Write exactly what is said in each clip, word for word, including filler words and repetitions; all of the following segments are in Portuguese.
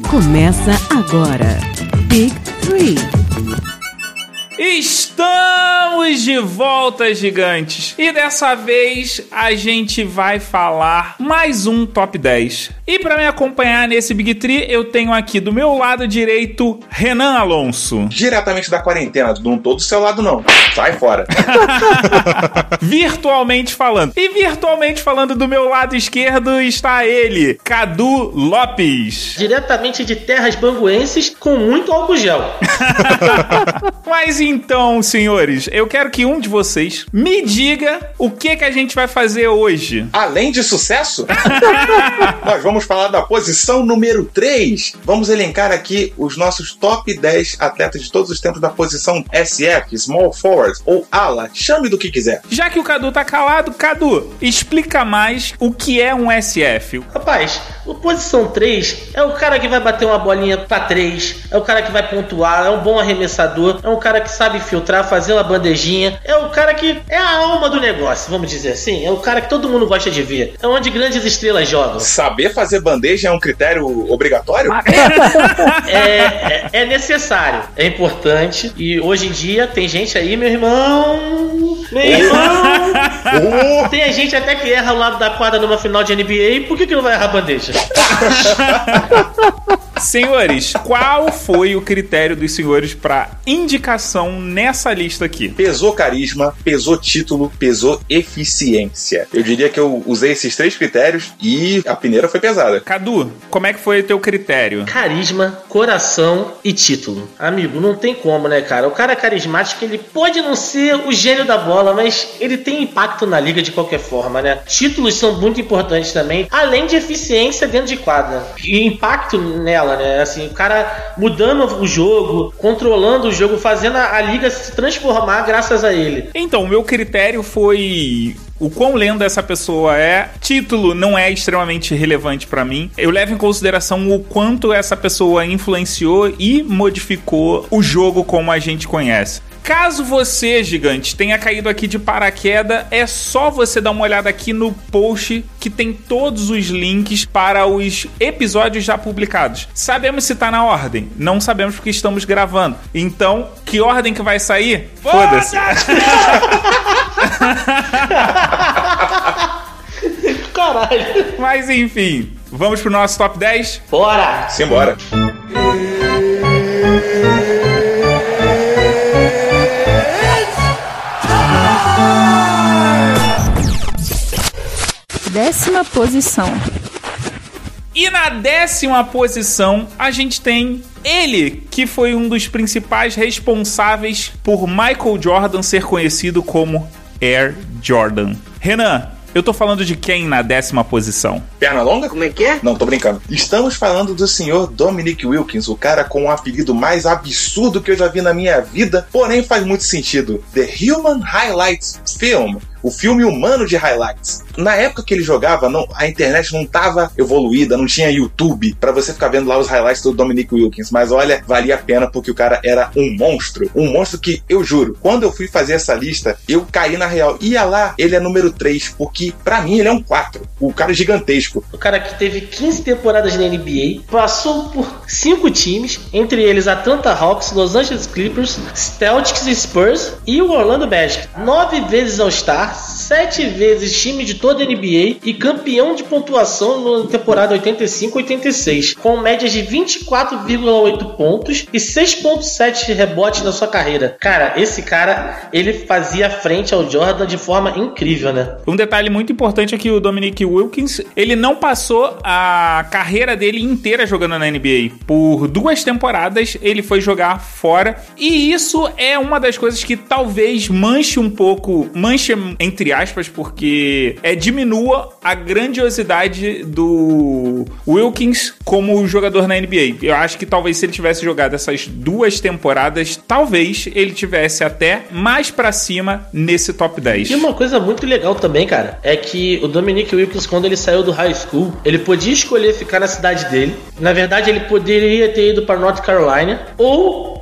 Começa agora. Big Three. Estamos de volta, gigantes! E dessa vez a gente vai falar mais um Top dez. E para me acompanhar nesse Big Three, eu tenho aqui do meu lado direito, Renan Alonso. Diretamente da quarentena, não tô do seu lado não. Sai fora. Virtualmente falando. E virtualmente falando do meu lado esquerdo está ele, Cadu Lopes. Diretamente de terras banguenses com muito álcool gel. Mas então, senhores, eu quero que um de vocês me diga o que que a gente vai fazer hoje. Além de sucesso, nós vamos falar da posição número três. Vamos elencar aqui os nossos top dez atletas de todos os tempos da posição S F, Small Forward ou Ala. Chame do que quiser. Já que o Cadu tá calado, Cadu, explica mais o que é um S F. Rapaz, o posição três é o cara que vai bater uma bolinha pra três, é o cara que vai pontuar, é um bom arremessador, é um cara que sabe filtrar, fazer uma bandejinha, é o cara que é a alma do negócio, vamos dizer assim, é o cara que todo mundo gosta de ver, é onde grandes estrelas jogam. Saber fazer bandeja é um critério obrigatório? É, é, é necessário, é importante, e hoje em dia tem gente aí, meu irmão, meu irmão, oh. Tem gente até que erra o lado da quadra numa final de N B A, por que que não vai errar bandeja? Senhores, qual foi o critério dos senhores para indicação nessa lista aqui? Pesou carisma, pesou título, pesou eficiência. Eu diria que eu usei esses três critérios e a peneira foi pesada. Cadu, como é que foi o teu critério? Carisma, coração e título. Amigo, não tem como, né, cara? O cara carismático, ele pode não ser o gênio da bola, mas ele tem impacto na liga de qualquer forma, né? Títulos são muito importantes também, além de eficiência dentro de quadra. E impacto nela, né? Assim, o cara mudando o jogo, controlando o jogo, fazendo a, a liga se transformar graças a ele. Então, o meu critério foi o quão lenda essa pessoa é. Título não é extremamente relevante pra mim. Eu levo em consideração o quanto essa pessoa influenciou e modificou o jogo como a gente conhece. Caso você, gigante, tenha caído aqui de paraquedas, é só você dar uma olhada aqui no post que tem todos os links para os episódios já publicados. Sabemos se tá na ordem? Não sabemos porque estamos gravando. Então, que ordem que vai sair? Foda-se! Caralho! Mas enfim, vamos pro nosso top dez? Bora! Simbora! Décima posição. E na décima posição, a gente tem ele, que foi um dos principais responsáveis por Michael Jordan ser conhecido como Air Jordan. Renan, eu tô falando de quem na décima posição? Perna longa? Como é que é? Não, tô brincando. Estamos falando do senhor Dominique Wilkins, o cara com o apelido mais absurdo que eu já vi na minha vida, porém faz muito sentido. The Human Highlights Film. O filme humano de highlights. Na época que ele jogava, não, a internet não tava evoluída, não tinha YouTube pra você ficar vendo lá os highlights do Dominique Wilkins. Mas olha, valia a pena porque o cara era um monstro. Um monstro que, eu juro, quando eu fui fazer essa lista, eu caí na real. Ia lá, ele é número três, porque pra mim ele é um quatro. O cara é gigantesco. O cara que teve quinze temporadas na N B A, passou por cinco times, entre eles Atlanta Hawks, Los Angeles Clippers, Celtics e Spurs e o Orlando Magic. Nove vezes All-Star, sete vezes time de toda a N B A e campeão de pontuação na temporada oitenta e cinco oitenta e seis, com médias de vinte e quatro vírgula oito pontos e seis vírgula sete rebotes na sua carreira. Cara, esse cara, ele fazia frente ao Jordan de forma incrível, né? Um detalhe muito importante é que o Dominique Wilkins, ele não passou a carreira dele inteira jogando na N B A. Por duas temporadas, ele foi jogar fora. E isso é uma das coisas que talvez manche um pouco, manche entre aspas, porque é, diminua a grandiosidade do Wilkins como jogador na N B A. Eu acho que talvez se ele tivesse jogado essas duas temporadas, talvez ele tivesse até mais pra cima nesse top dez. E uma coisa muito legal também, cara, é que o Dominique Wilkins, quando ele saiu do high school, ele podia escolher ficar na cidade dele. Na verdade, ele poderia ter ido para North Carolina ou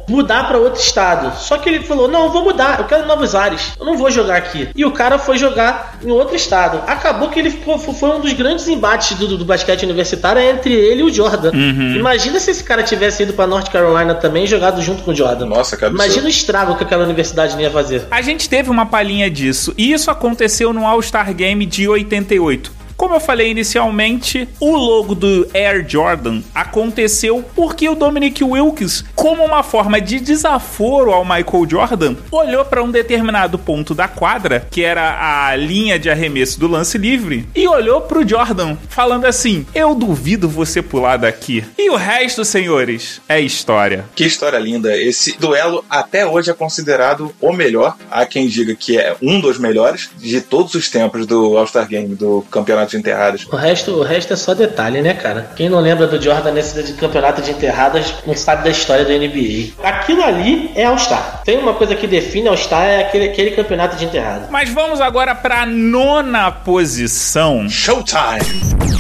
mudar pra outro estado. Só que ele falou, não, eu vou mudar, eu quero novos ares, eu não vou jogar aqui. E o cara foi jogar em outro estado. Acabou que ele ficou, foi um dos grandes embates do, do, do basquete universitário entre ele e o Jordan. Uhum. Imagina se esse cara tivesse ido pra North Carolina também e jogado junto com o Jordan. Nossa, que absurdo. Imagina o estrago que aquela universidade não ia fazer. A gente teve uma palhinha disso, e isso aconteceu no All-Star Game de oitenta e oito. Como eu falei inicialmente, o logo do Air Jordan aconteceu porque o Dominique Wilkins, como uma forma de desaforo ao Michael Jordan, olhou para um determinado ponto da quadra, que era a linha de arremesso do lance livre, e olhou pro Jordan, falando assim, eu duvido você pular daqui. E o resto, senhores, é história. Que história linda. Esse duelo até hoje é considerado o melhor. Há quem diga que é um dos melhores de todos os tempos do All-Star Game, do campeonato de enterradas. O resto, o resto é só detalhe, né, cara? Quem não lembra do Jordan nesse de campeonato de enterradas não sabe da história do N B A. Aquilo ali é All-Star. Tem uma coisa que define All-Star, é aquele, aquele campeonato de enterrada. Mas vamos agora pra nona posição. Showtime!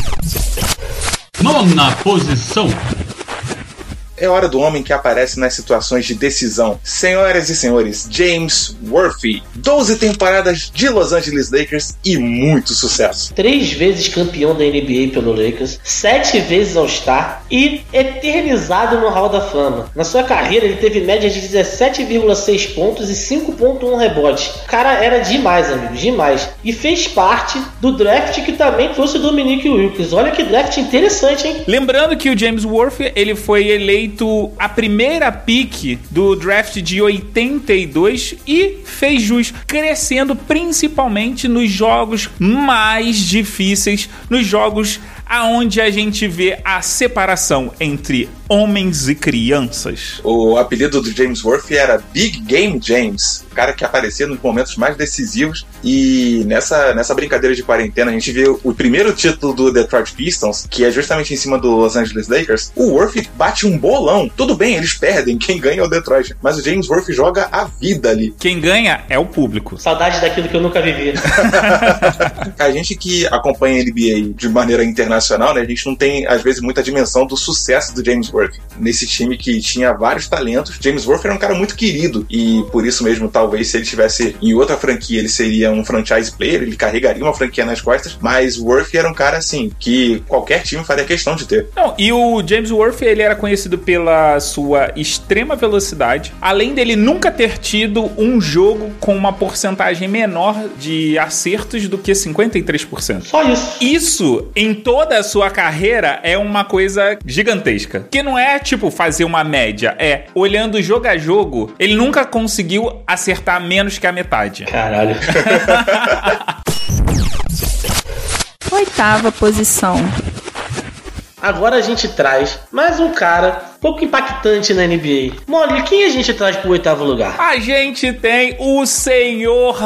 Nona posição. É hora do homem que aparece nas situações de decisão. Senhoras e senhores, James Worthy. doze temporadas de Los Angeles Lakers e muito sucesso. Três vezes campeão da N B A pelo Lakers, sete vezes All-Star e eternizado no Hall da Fama. Na sua carreira, ele teve média de dezessete vírgula seis pontos e cinco vírgula um rebotes. O cara era demais, amigos, demais. E fez parte do draft que também trouxe o Dominique Wilkins. Olha que draft interessante, hein? Lembrando que o James Worthy, ele foi eleito a primeira pick do draft de oitenta e dois e fez jus, crescendo principalmente nos jogos mais difíceis, nos jogos aonde a gente vê a separação entre homens e crianças. O apelido do James Worthy era Big Game James, o cara que aparecia nos momentos mais decisivos. E nessa, nessa brincadeira de quarentena a gente viu o primeiro título do Detroit Pistons, que é justamente em cima do Los Angeles Lakers. O Worthy bate um bolão. Tudo bem, eles perdem, quem ganha é o Detroit, mas o James Worthy joga a vida ali. Quem ganha é o público. Saudade daquilo que eu nunca vivi. A gente que acompanha a N B A de maneira internacional, né, a gente não tem às vezes muita dimensão do sucesso do James Worthy. Nesse time que tinha vários talentos, James Worthy era um cara muito querido, e por isso mesmo, talvez, se ele estivesse em outra franquia, ele seria um franchise player, ele carregaria uma franquia nas costas, mas Worthy era um cara, assim, que qualquer time faria questão de ter. Não, e o James Worthy, ele era conhecido pela sua extrema velocidade, além dele nunca ter tido um jogo com uma porcentagem menor de acertos do que cinquenta e três por cento. Só isso. Isso, em toda a sua carreira, é uma coisa gigantesca. Que não é, tipo, fazer uma média. É, olhando jogo a jogo, ele nunca conseguiu acertar menos que a metade. Caralho. Oitava posição. Agora a gente traz mais um cara pouco impactante na N B A. Molly, quem a gente traz pro oitavo lugar? A gente tem o senhor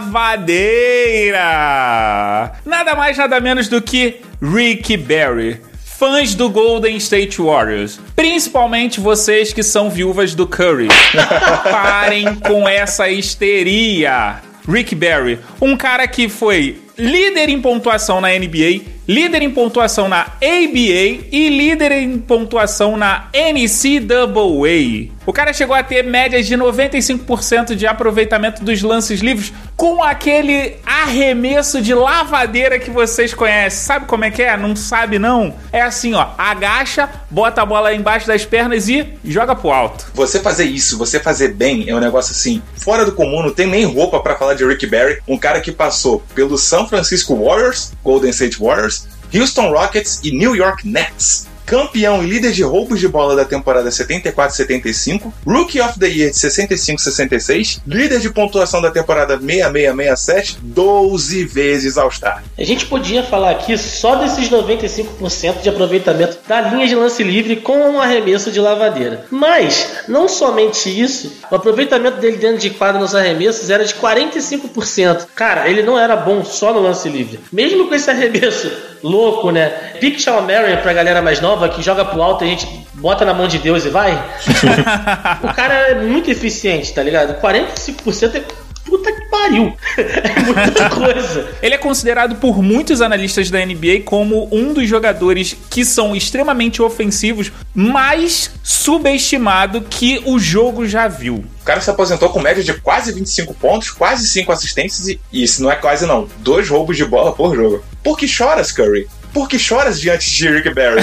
Lavadeira. Nada mais, nada menos do que Rick Barry. Fãs do Golden State Warriors, principalmente vocês que são viúvas do Curry, parem com essa histeria. Rick Barry, um cara que foi líder em pontuação na N B A, líder em pontuação na A B A e líder em pontuação na N C double A. O cara chegou a ter médias de noventa e cinco por cento de aproveitamento dos lances livres com aquele arremesso de lavadeira que vocês conhecem. Sabe como é que é? Não sabe não? É assim, ó, agacha, bota a bola embaixo das pernas e joga pro alto. Você fazer isso, você fazer bem, é um negócio assim, fora do comum, não tem nem roupa pra falar de Rick Barry, um cara que passou pelo San Francisco Warriors, Golden State Warriors, Houston Rockets e New York Nets. Campeão e líder de roubos de bola da temporada setenta e quatro setenta e cinco, Rookie of the Year de sessenta e cinco sessenta e seis, líder de pontuação da temporada sessenta e seis sessenta e sete, doze vezes All-Star. A gente podia falar aqui só desses noventa e cinco por cento de aproveitamento da linha de lance livre com um arremesso de lavadeira. Mas, não somente isso, o aproveitamento dele dentro de quadra nos arremessos era de quarenta e cinco por cento. Cara, ele não era bom só no lance livre. Mesmo com esse arremesso louco, né? Pick Shawn Marion pra galera mais nova que joga pro alto e a gente bota na mão de Deus e vai. O cara é muito eficiente, tá ligado? quarenta e cinco por cento é Puta que pariu. É muita coisa. Ele é considerado por muitos analistas da N B A como um dos jogadores que são extremamente ofensivos, mais subestimado que o jogo já viu. O cara se aposentou com média de quase vinte e cinco pontos, quase cinco assistências e, e isso não é quase não, dois roubos de bola por jogo. Por que choras, Curry? Por que choras diante de Rick Barry?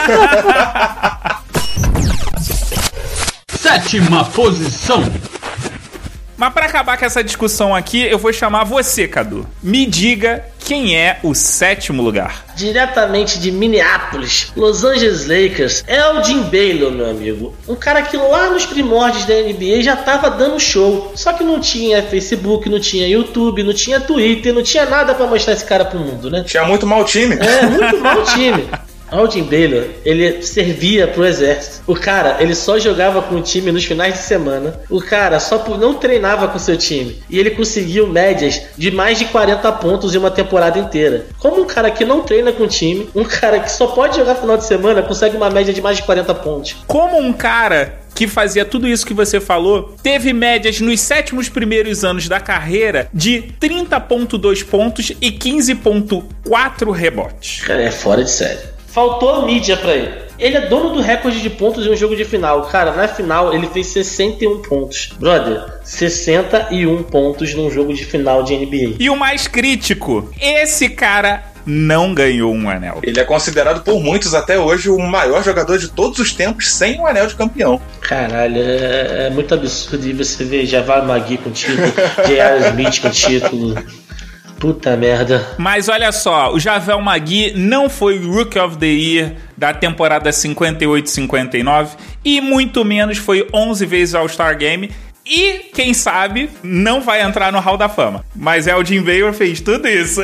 Sétima posição. Mas pra acabar com essa discussão aqui, eu vou chamar você, Cadu. Me diga quem é o sétimo lugar. Diretamente de Minneapolis, Los Angeles Lakers, Elgin Baylor, meu amigo. Um cara que lá nos primórdios da N B A já tava dando show. Só que não tinha Facebook, não tinha YouTube, não tinha Twitter, não tinha nada pra mostrar esse cara pro mundo, né? Tinha muito mau time. É, muito mau time. Elgin Baylor, ele servia pro exército. O cara, ele só jogava com o time nos finais de semana. O cara só não treinava com seu time. E ele conseguiu médias de mais de quarenta pontos em uma temporada inteira. Como um cara que não treina com o time, um cara que só pode jogar no final de semana, consegue uma média de mais de quarenta pontos. Como um cara que fazia tudo isso que você falou, teve médias nos sétimos primeiros anos da carreira de trinta vírgula dois pontos e quinze vírgula quatro rebotes. Cara, é fora de série. Faltou mídia pra ele. Ele é dono do recorde de pontos em um jogo de final. Cara, na final ele fez sessenta e um pontos. Brother, sessenta e um pontos num jogo de final de N B A. E o mais crítico, esse cara não ganhou um anel. Ele é considerado por muitos até hoje o maior jogador de todos os tempos sem um anel de campeão. Caralho, é, é muito absurdo. E você vê Javal Magui com título, J R. Smith com título. Puta merda. Mas olha só, o Javel Magui não foi o Rookie of the Year da temporada cinquenta e oito cinquenta e nove e muito menos foi onze vezes All-Star Game e, quem sabe, não vai entrar no Hall da Fama. Mas Elgin Baylor fez tudo isso.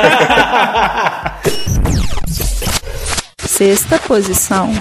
Sexta posição.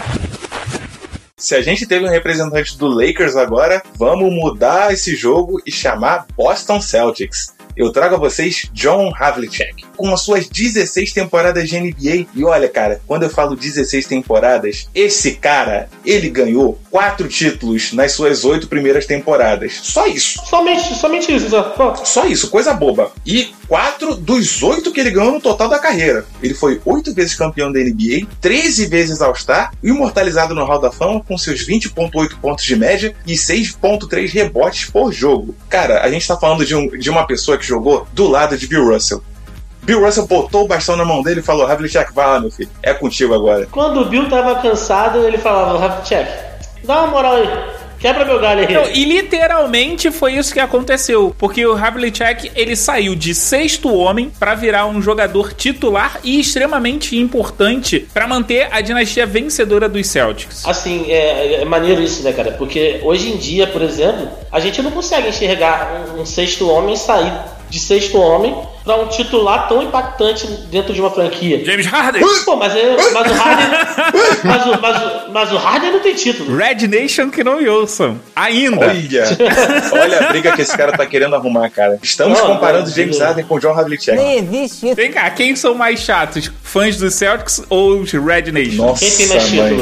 Se a gente teve um representante do Lakers agora, vamos mudar esse jogo e chamar Boston Celtics. Eu trago a vocês John Havlicek, com as suas dezesseis temporadas de N B A. E olha, cara, quando eu falo dezesseis temporadas, esse cara, ele ganhou quatro títulos nas suas oito primeiras temporadas. Só isso. Somente, somente isso, só. Só isso, coisa boba. E quatro dos oito que ele ganhou no total da carreira. Ele foi oito vezes campeão da N B A, treze vezes All-Star, imortalizado no Hall da Fama com seus vinte vírgula oito pontos de média e seis vírgula três rebotes por jogo. Cara, a gente tá falando de, um, de uma pessoa que jogou do lado de Bill Russell. Bill Russell botou o bastão na mão dele e falou: Havlicek, vai lá, meu filho, é contigo agora. Quando o Bill tava cansado, ele falava: Havlicek, dá uma moral aí, quebra meu galho aí. Não, e literalmente foi isso que aconteceu, porque o Havlicek, ele saiu de sexto homem pra virar um jogador titular e extremamente importante pra manter a dinastia vencedora dos Celtics. Assim, é, é maneiro isso, né, cara? Porque hoje em dia, por exemplo, a gente não consegue enxergar um, um sexto homem sair de sexto homem pra um titular tão impactante dentro de uma franquia. James Harden! Pô, mas, é, mas o Harden mas, o, mas, o, mas o Harden não tem título. Red Nation que não me ouçam. Ainda. Olha, olha a briga que esse cara tá querendo arrumar, cara. Estamos não, comparando não, James não. Harden com John Havlicek. Nem existe isso. Vem cá, quem são mais chatos? Fãs dos Celtics ou os Red Nation? Nossa, quem tem mais título?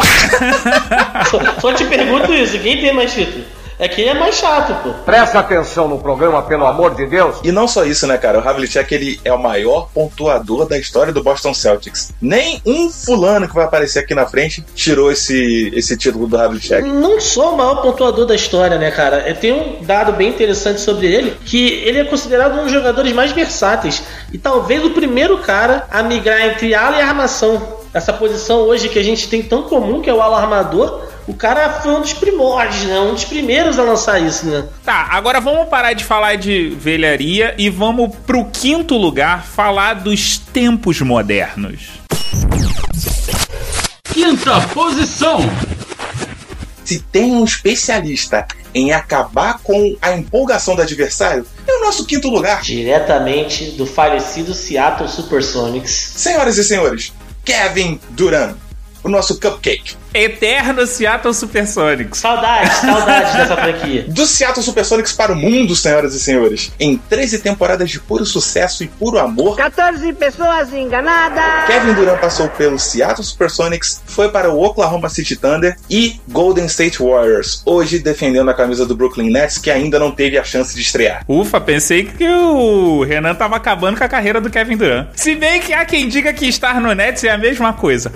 só, só te pergunto isso, quem tem mais título? É que é mais chato, pô. Presta atenção no programa, pelo amor de Deus. E não só isso, né, cara? O Havlicek, ele é o maior pontuador da história do Boston Celtics. Nem um fulano que vai aparecer aqui na frente tirou esse, esse título do Havlicek. Não só o maior pontuador da história, né, cara? Tem um dado bem interessante sobre ele, que ele é considerado um dos jogadores mais versáteis. E talvez o primeiro cara a migrar entre ala e armação. Essa posição hoje que a gente tem tão comum, que é o ala armador. O cara foi um dos primórdios, né? Um dos primeiros a lançar isso, né? Tá, agora vamos parar de falar de velharia e vamos pro quinto lugar falar dos tempos modernos. Quinta posição. Se tem um especialista em acabar com a empolgação do adversário, é o nosso quinto lugar. Diretamente do falecido Seattle Supersonics. Senhoras e senhores, Kevin Durant. o nosso Cupcake. Eterno Seattle Supersonics. Saudades, saudades dessa franquia. Do Seattle Supersonics para o mundo, senhoras e senhores. Em treze temporadas de puro sucesso e puro amor, quatorze pessoas enganadas. Kevin Durant passou pelo Seattle Supersonics, foi para o Oklahoma City Thunder e Golden State Warriors, hoje defendendo a camisa do Brooklyn Nets, que ainda não teve a chance de estrear. Ufa, pensei que o Renan tava acabando com a carreira do Kevin Durant. Se bem que há quem diga que estar no Nets é a mesma coisa.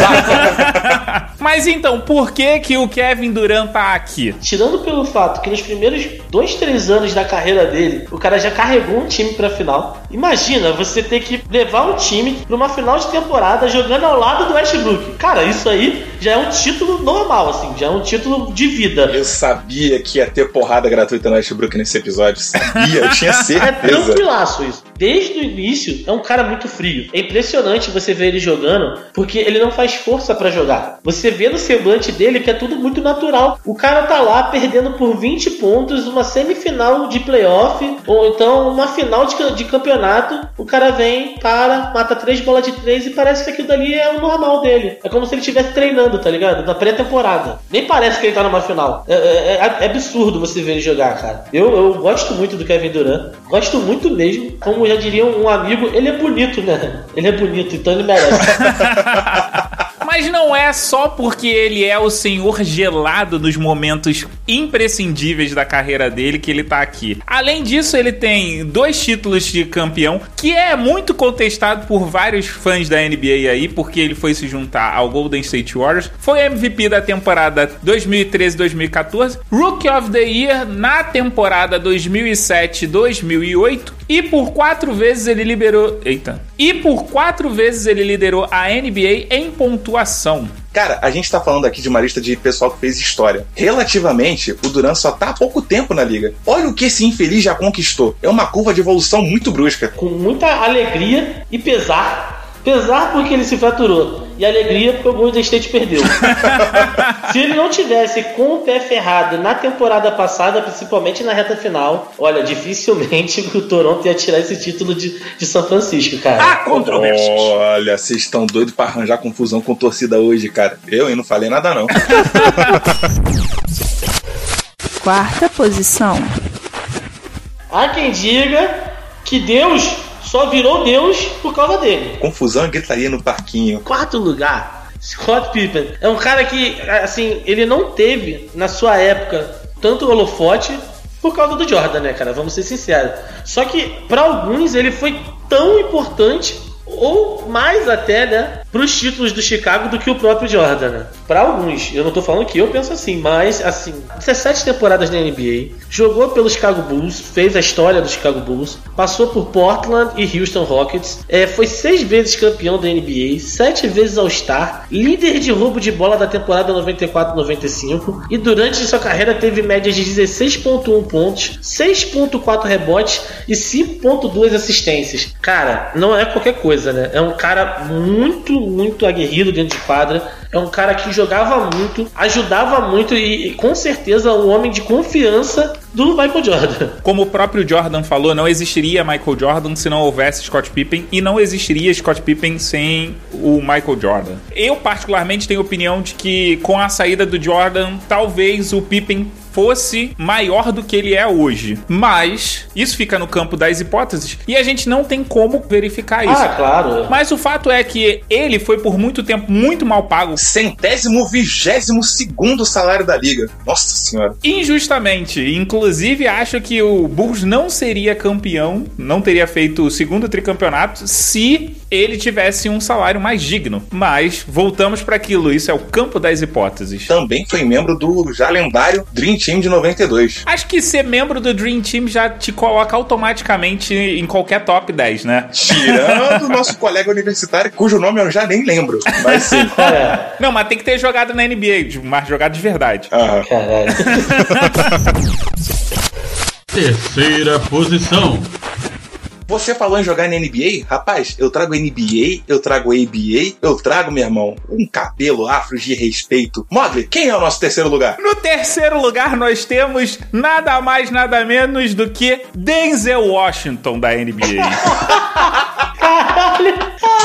Mas então, por que que o Kevin Durant tá aqui? Tirando pelo fato que nos primeiros dois, três anos da carreira dele, o cara já carregou um time pra final. Imagina você ter que levar um time pra uma final de temporada jogando ao lado do Westbrook. Cara, isso aí já é um título normal, assim, já é um título de vida. Eu sabia que ia ter porrada gratuita no Westbrook nesse episódio. Sabia, eu tinha certeza. É tranquilaço isso. Desde o início, é um cara muito frio. É impressionante você ver ele jogando, porque ele não faz força pra jogar. Você vê no semblante dele que é tudo muito natural. O cara tá lá perdendo por vinte pontos uma semifinal de playoff, ou então uma final de, de campeonato. O cara vem, para, mata três bolas de três e parece que aquilo dali é o normal dele. É como se ele estivesse treinando, tá ligado? Na pré-temporada. Nem parece que ele tá numa final. É, é, é absurdo você ver ele jogar, cara. Eu, eu gosto muito do Kevin Durant. Gosto muito mesmo. Como já diria um amigo, ele é bonito, né? Ele é bonito, então ele merece. Mas não é só porque ele é o senhor gelado nos momentos imprescindíveis da carreira dele que ele tá aqui. Além disso, ele tem dois títulos de campeão, que é muito contestado por vários fãs da N B A aí, porque ele foi se juntar ao Golden State Warriors. Foi M V P da temporada dois mil e treze dois mil e quatorze, Rookie of the Year na temporada dois mil e sete dois mil e oito, e por quatro vezes ele liberou... Eita. E por quatro vezes ele liderou a N B A em pontuação. Cara, a gente tá falando aqui de uma lista de pessoal que fez história. Relativamente, o Durant só tá há pouco tempo na liga. Olha o que esse infeliz já conquistou. É uma curva de evolução muito brusca. Com muita alegria e pesar. Pesar porque ele se fraturou. E alegria porque o Golden State perdeu. Se ele não tivesse com o pé ferrado na temporada passada, principalmente na reta final, olha, dificilmente o Toronto ia tirar esse título de, de São Francisco, cara. Ah, controvérsias. Olha, vocês estão doidos pra arranjar confusão com torcida hoje, cara. Eu, hein, não falei nada não. Quarta posição. Há quem diga que Deus só virou Deus por causa dele. Confusão e gritaria no parquinho. Quarto lugar, Scott Pippen. É um cara que, assim, ele não teve, na sua época, tanto holofote por causa do Jordan, né, cara? Vamos ser sinceros. Só que, pra alguns, ele foi tão importante, ou mais até, né, pros títulos do Chicago do que o próprio Jordan, né? Pra alguns, eu não tô falando que eu penso assim, mas assim, dezessete temporadas na N B A, jogou pelo Chicago Bulls, fez a história do Chicago Bulls, passou por Portland e Houston Rockets, é, foi seis vezes campeão da N B A, sete vezes All-Star, líder de roubo de bola da temporada noventa e quatro noventa e cinco, e durante sua carreira teve médias de dezesseis vírgula um pontos, seis vírgula quatro rebotes e cinco vírgula dois assistências. Cara, não é qualquer coisa, né? É um cara muito, muito aguerrido dentro de quadra. É um cara que jogava muito, ajudava muito e, e com certeza um homem de confiança do Michael Jordan. Como o próprio Jordan falou, não existiria Michael Jordan se não houvesse Scott Pippen, e não existiria Scott Pippen sem o Michael Jordan. Eu particularmente tenho a opinião de que com a saída do Jordan, talvez o Pippen fosse maior do que ele é hoje. Mas isso fica no campo das hipóteses e a gente não tem como verificar isso. Ah, claro. Mas o fato é que ele foi por muito tempo muito mal pago. Centésimo vigésimo segundo salário da liga. Nossa senhora. Injustamente. Inclusive, acho que o Bulls não seria campeão, não teria feito o segundo tricampeonato se ele tivesse um salário mais digno. Mas voltamos para aquilo. Isso é o campo das hipóteses. Também foi membro do já lendário Dream Team de noventa e dois. Acho que ser membro do Dream Team já te coloca automaticamente em qualquer top dez, né? Tirando o nosso colega universitário, cujo nome eu já nem lembro. Mas sim. É. Não, mas tem que ter jogado na N B A, mas jogado de verdade. Aham. Caralho. Terceira posição. Você falou em jogar na N B A? Rapaz, eu trago N B A, eu trago A B A, eu trago, meu irmão, um cabelo afro de respeito. Mogli, quem é o nosso terceiro lugar? No terceiro lugar nós temos nada mais, nada menos do que Denzel Washington da N B A. Caralho.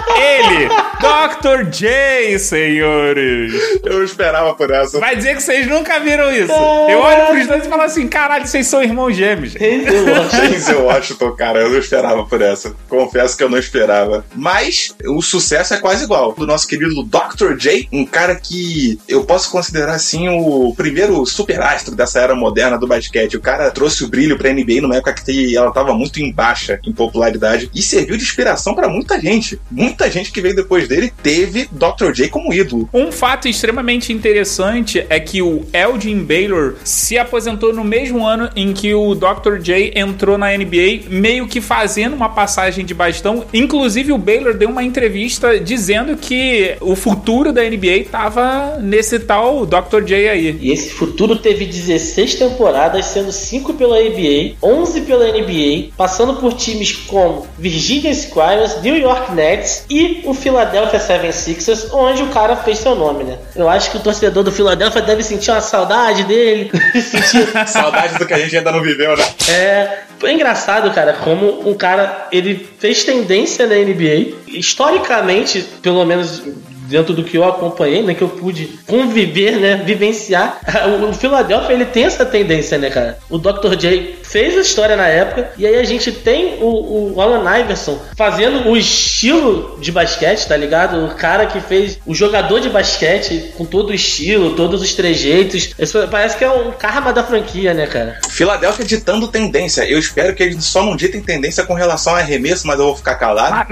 Ele, doutor J, senhores. Eu esperava por essa. Vai dizer que vocês nunca viram isso. Eu olho pros dois e falo assim, caralho, vocês são irmãos gêmeos. Denzel Washington, cara, eu não esperava por essa. Confesso que eu não esperava. Mas o sucesso é quase igual. Do nosso querido doutor J, um cara que eu posso considerar, assim, o primeiro superastro dessa era moderna do basquete. O cara trouxe o brilho pra N B A numa época que ela tava muito em baixa em popularidade e serviu de inspiração pra muita gente. Muita gente que veio depois dele teve doutor J como ídolo. Um fato extremamente interessante é que o Elgin Baylor se aposentou no mesmo ano em que o doutor J entrou na N B A, meio que fazendo uma passagem de bastão. Inclusive o Baylor deu uma entrevista dizendo que o futuro da N B A tava nesse tal doutor J aí. E esse futuro teve dezesseis temporadas, sendo cinco pela A B A, onze pela N B A, passando por times como Virginia Squires, New York Nets e o Philadelphia seventy sixers, onde o cara fez seu nome, né? Eu acho que o torcedor do Philadelphia deve sentir uma saudade dele. sentir... Saudade do que a gente ainda não viveu, né? É... Foi engraçado, cara, como um cara, ele fez tendência na N B A. Historicamente, pelo menos dentro do que eu acompanhei, né, que eu pude conviver, né, vivenciar, o Philadelphia, ele tem essa tendência, né, cara? O doutor J fez a história na época, e aí a gente tem o, o Allen Iverson fazendo o estilo de basquete, tá ligado? O cara que fez o jogador de basquete com todo o estilo, todos os trejeitos. Isso parece que é um karma da franquia, né, cara? Philadelphia ditando tendência. Eu espero que eles só não ditem tendência com relação a arremesso, mas eu vou ficar calado.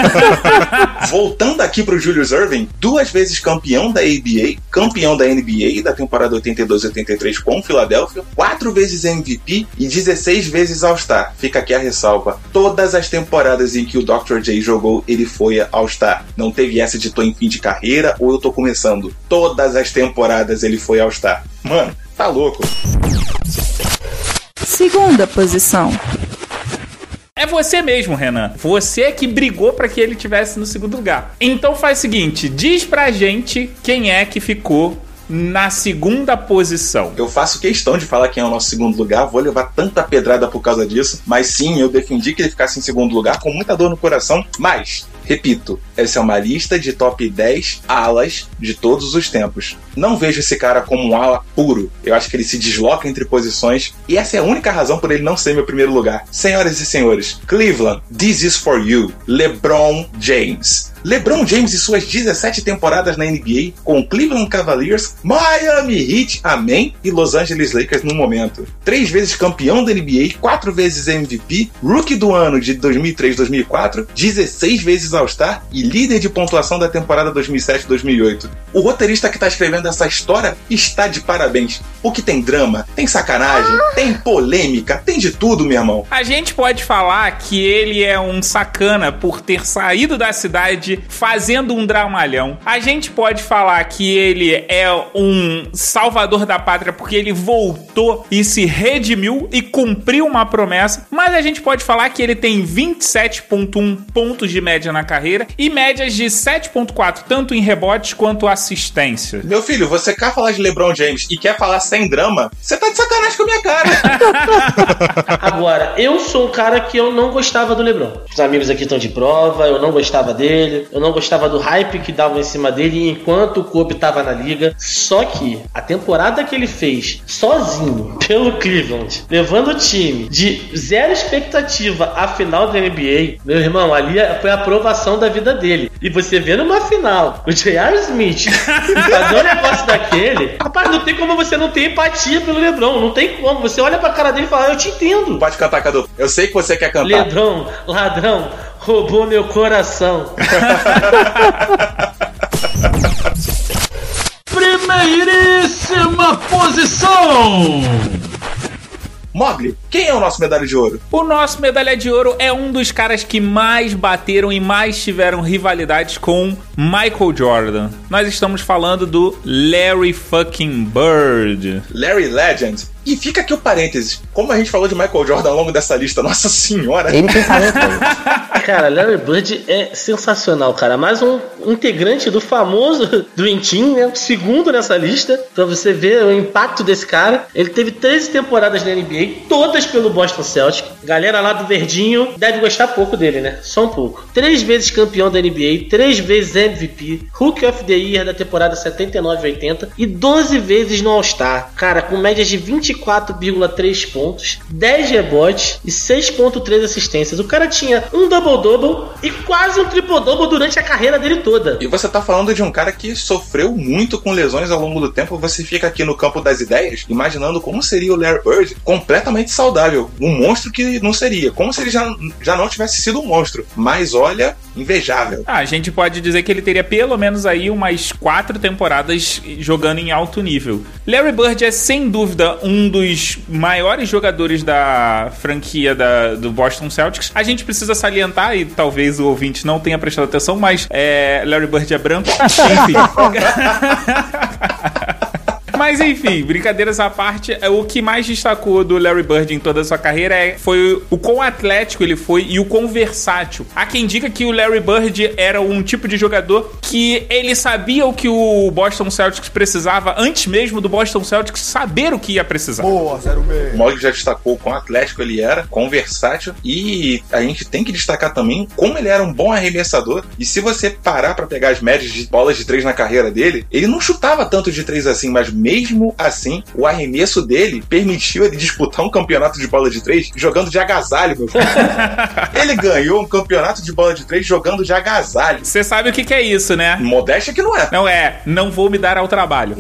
Voltando aqui pro Julius Erving, duas vezes campeão da A B A, campeão da N B A da temporada oitenta e dois oitenta e três com o Philadelphia, quatro vezes M V P e dezesseis vezes All-Star. Fica aqui a ressalva. Todas as temporadas em que o doutor J jogou, ele foi All-Star. Não teve essa de tô em fim de carreira ou eu tô começando. Todas as temporadas ele foi All-Star. Mano, tá louco. Segunda posição. É você mesmo, Renan. Você que brigou pra que ele tivesse no segundo lugar. Então faz o seguinte, diz pra gente quem é que ficou na segunda posição. Eu faço questão de falar quem é o nosso segundo lugar, vou levar tanta pedrada por causa disso, mas sim, eu defendi que ele ficasse em segundo lugar com muita dor no coração, mas... Repito, essa é uma lista de top dez alas de todos os tempos. Não vejo esse cara como um ala puro. Eu acho que ele se desloca entre posições e essa é a única razão por ele não ser meu primeiro lugar. Senhoras e senhores, Cleveland, this is for you. LeBron James. LeBron James e suas dezessete temporadas na N B A com Cleveland Cavaliers, Miami Heat, amém, e Los Angeles Lakers no momento. Três vezes campeão da N B A, quatro vezes M V P, Rookie do ano de dois mil e três a dois mil e quatro, dezesseis vezes All-Star e líder de pontuação da temporada dois mil e sete a dois mil e oito. O roteirista que está escrevendo essa história está de parabéns. Porque tem drama, tem sacanagem, tem polêmica, tem de tudo, meu irmão. A gente pode falar que ele é um sacana por ter saído da cidade fazendo um dramalhão. A gente pode falar que ele é um salvador da pátria porque ele voltou e se redimiu e cumpriu uma promessa. Mas a gente pode falar que ele tem vinte e sete vírgula um pontos de média na carreira e médias de sete vírgula quatro, tanto em rebotes quanto assistência. Meu filho, você quer falar de LeBron James e quer falar sem drama? Você tá de sacanagem com a minha cara. Agora, eu sou um cara que eu não gostava do LeBron. Os amigos aqui estão de prova, eu não gostava dele, eu não gostava do hype que davam em cima dele enquanto o Kobe tava na liga. Só que a temporada que ele fez sozinho pelo Cleveland, levando o time de zero expectativa à final da N B A, meu irmão, ali foi a aprovação da vida dele. E você vê numa final o J R. Smith fazer um negócio daquele, rapaz, não tem como você não ter empatia pelo LeBron, não tem como. Você olha pra cara dele e fala, eu te entendo. Pode cantar, Cadu. Eu sei que você quer cantar. LeBron, ladrão, roubou meu coração. Primeiríssima posição. Mogli, quem é o nosso medalha de ouro? O nosso medalha de ouro é um dos caras que mais bateram e mais tiveram rivalidades com Michael Jordan. Nós estamos falando do Larry fucking Bird. Larry Legend. E fica aqui o parênteses. Como a gente falou de Michael Jordan ao longo dessa lista, nossa senhora. Ele tem talento. Cara, Larry Bird é sensacional, cara. Mais um integrante do famoso Dream Team, né? Segundo nessa lista. Pra você ver o impacto desse cara. Ele teve treze temporadas na N B A, todas apenas pelo Boston Celtics. Galera lá do verdinho deve gostar pouco dele, né? Só um pouco. Três vezes campeão da N B A, três vezes M V P, Rookie of the Year da temporada setenta e nove oitenta e doze vezes no All-Star. Cara, com médias de vinte e quatro vírgula três pontos, dez rebotes e seis vírgula três assistências. O cara tinha um double-double e quase um triple-double durante a carreira dele toda. E você tá falando de um cara que sofreu muito com lesões ao longo do tempo. Você fica aqui no campo das ideias, imaginando como seria o Larry Bird completamente saudável. Um monstro que não seria. Como se ele já, já não tivesse sido um monstro. Mas olha, invejável. Ah, a gente pode dizer que ele teria pelo menos aí umas quatro temporadas jogando em alto nível. Larry Bird é sem dúvida um dos maiores jogadores da franquia da, do Boston Celtics. A gente precisa salientar, e talvez o ouvinte não tenha prestado atenção, mas é, Larry Bird é branco. Enfim. Mas enfim, brincadeiras à parte, o que mais destacou do Larry Bird em toda a sua carreira é, foi o quão atlético ele foi e o quão versátil. Há quem diga que o Larry Bird era um tipo de jogador que ele sabia o que o Boston Celtics precisava antes mesmo do Boston Celtics saber o que ia precisar. Boa, zero meio. O Mogli já destacou o quão atlético ele era, quão versátil, e a gente tem que destacar também como ele era um bom arremessador. E se você parar pra pegar as médias de bolas de três na carreira dele, ele não chutava tanto de três assim, mas mesmo assim, o arremesso dele permitiu ele disputar um campeonato de bola de três jogando de agasalho, meu filho. Ele ganhou um campeonato de bola de três jogando de agasalho. Você sabe o que, que é isso, né? Modéstia que não é. Não é, não vou me dar ao trabalho.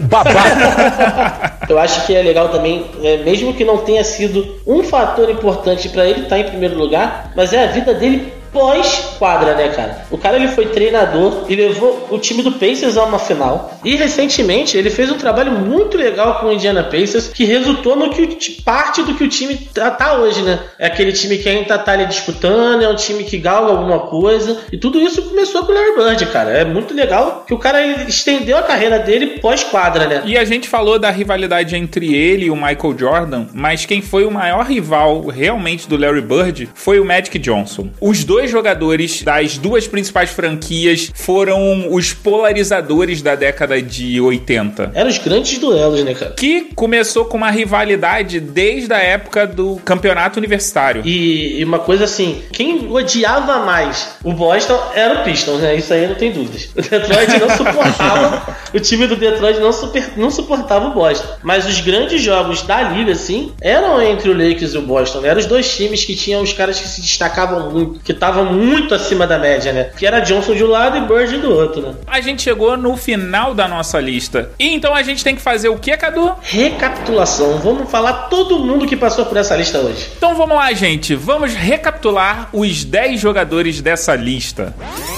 Eu acho que é legal também, é, mesmo que não tenha sido um fator importante pra ele estar em primeiro lugar, mas é a vida dele pós-quadra, né, cara? O cara, ele foi treinador e levou o time do Pacers a uma final. E recentemente ele fez um trabalho muito legal com o Indiana Pacers, que resultou no que parte do que o time tá, tá hoje, né? É aquele time que ainda tá ali disputando, é um time que galga alguma coisa. E tudo isso começou com o Larry Bird, cara. É muito legal que o cara, ele estendeu a carreira dele pós-quadra, né? E a gente falou da rivalidade entre ele e o Michael Jordan, mas quem foi o maior rival realmente do Larry Bird foi o Magic Johnson. Os dois Dois jogadores das duas principais franquias foram os polarizadores da década de oitenta. Eram os grandes duelos, né, cara? Que começou com uma rivalidade desde a época do campeonato universitário. E, e uma coisa assim, quem odiava mais o Boston era o Pistons, né? Isso aí não tem dúvidas. O Detroit não suportava, o time do Detroit não, super, não suportava o Boston. Mas os grandes jogos da liga, assim, eram entre o Lakers e o Boston, né? Eram os dois times que tinham os caras que se destacavam muito, que estavam muito acima da média, né? Que era Johnson de um lado e Bird do outro, né? A gente chegou no final da nossa lista. E então a gente tem que fazer o quê, Cadu? Recapitulação. Vamos falar todo mundo que passou por essa lista hoje. Então vamos lá, gente. Vamos recapitular os dez jogadores dessa lista.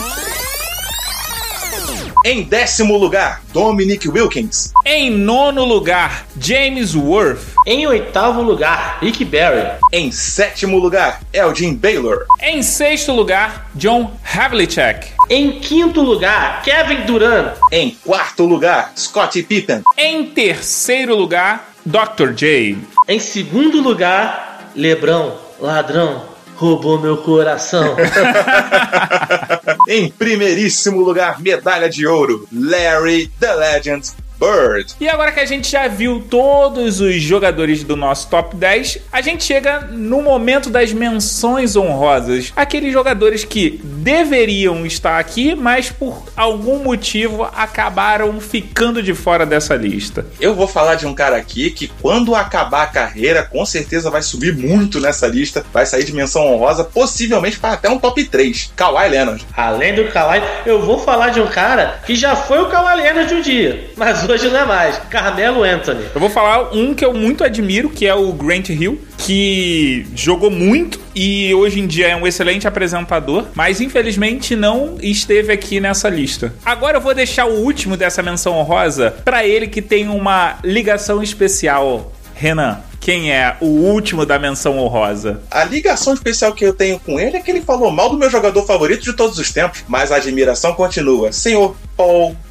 Em décimo lugar, Dominique Wilkins. Em nono lugar, James Worth. Em oitavo lugar, Rick Barry. Em sétimo lugar, Elgin Baylor. Em sexto lugar, John Havlicek. Em quinto lugar, Kevin Durant. Em quarto lugar, Scottie Pippen. Em terceiro lugar, doutor J. Em segundo lugar, LeBron, ladrão, roubou meu coração. Em primeiríssimo lugar, medalha de ouro, Larry the Legend Bird. E agora que a gente já viu todos os jogadores do nosso top dez, a gente chega no momento das menções honrosas. Aqueles jogadores que deveriam estar aqui, mas por algum motivo acabaram ficando de fora dessa lista. Eu vou falar de um cara aqui que quando acabar a carreira, com certeza vai subir muito nessa lista, vai sair de menção honrosa, possivelmente para até um top três, Kawhi Leonard. Além do Kawhi, eu vou falar de um cara que já foi o Kawhi Leonard um dia, mas hoje não é mais, Carmelo Anthony. Eu vou falar um que eu muito admiro, que é o Grant Hill, que jogou muito e hoje em dia é um excelente apresentador, mas infelizmente não esteve aqui nessa lista. Agora eu vou deixar o último dessa menção honrosa para ele, que tem uma ligação especial. Renan, quem é o último da menção honrosa? A ligação especial que eu tenho com ele é que ele falou mal do meu jogador favorito de todos os tempos, mas a admiração continua. Senhor Paul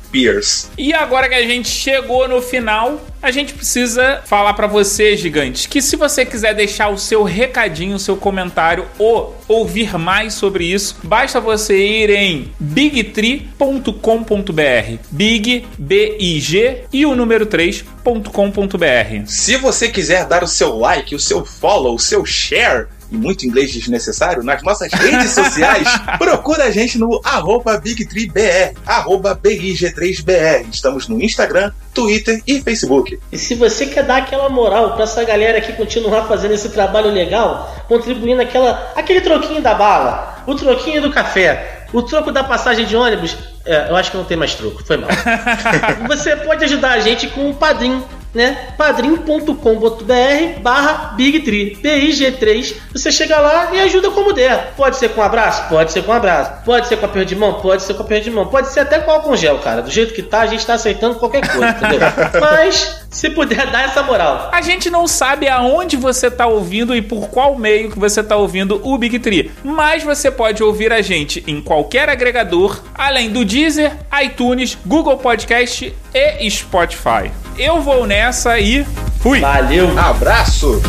Spears. E agora que a gente chegou no final, a gente precisa falar pra você, gigantes, que se você quiser deixar o seu recadinho, o seu comentário ou ouvir mais sobre isso, basta você ir em big tree ponto com ponto b r. Big, B I G e o número três ponto com ponto b r. Se você quiser dar o seu like, o seu follow, o seu share, e muito inglês desnecessário, nas nossas redes sociais, procura a gente no arroba Big tree B R, arroba B I G três B R. Estamos no Instagram, Twitter e Facebook. E se você quer dar aquela moral pra essa galera aqui continuar fazendo esse trabalho legal, contribuindo aquela, aquele troquinho da bala, o troquinho do café, o troco da passagem de ônibus, é, eu acho que não tem mais troco, foi mal. Você pode ajudar a gente com o Padrim, né? padrim ponto com ponto b r barra Big tree, B I G três. Você chega lá e ajuda como der. Pode ser com um abraço? Pode ser com um abraço. Pode ser com aperto de mão? Pode ser com aperto de mão. Pode ser até com álcool gel, cara. Do jeito que tá, a gente tá aceitando qualquer coisa, entendeu? Mas, se puder dar essa moral. A gente não sabe aonde você tá ouvindo e por qual meio que você tá ouvindo o Big Tree, mas você pode ouvir a gente em qualquer agregador, além do Deezer, iTunes, Google Podcast e Spotify. Eu vou nessa e fui! Valeu! Abraço!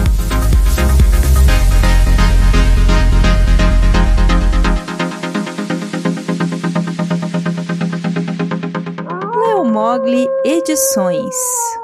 Leomogli Edições.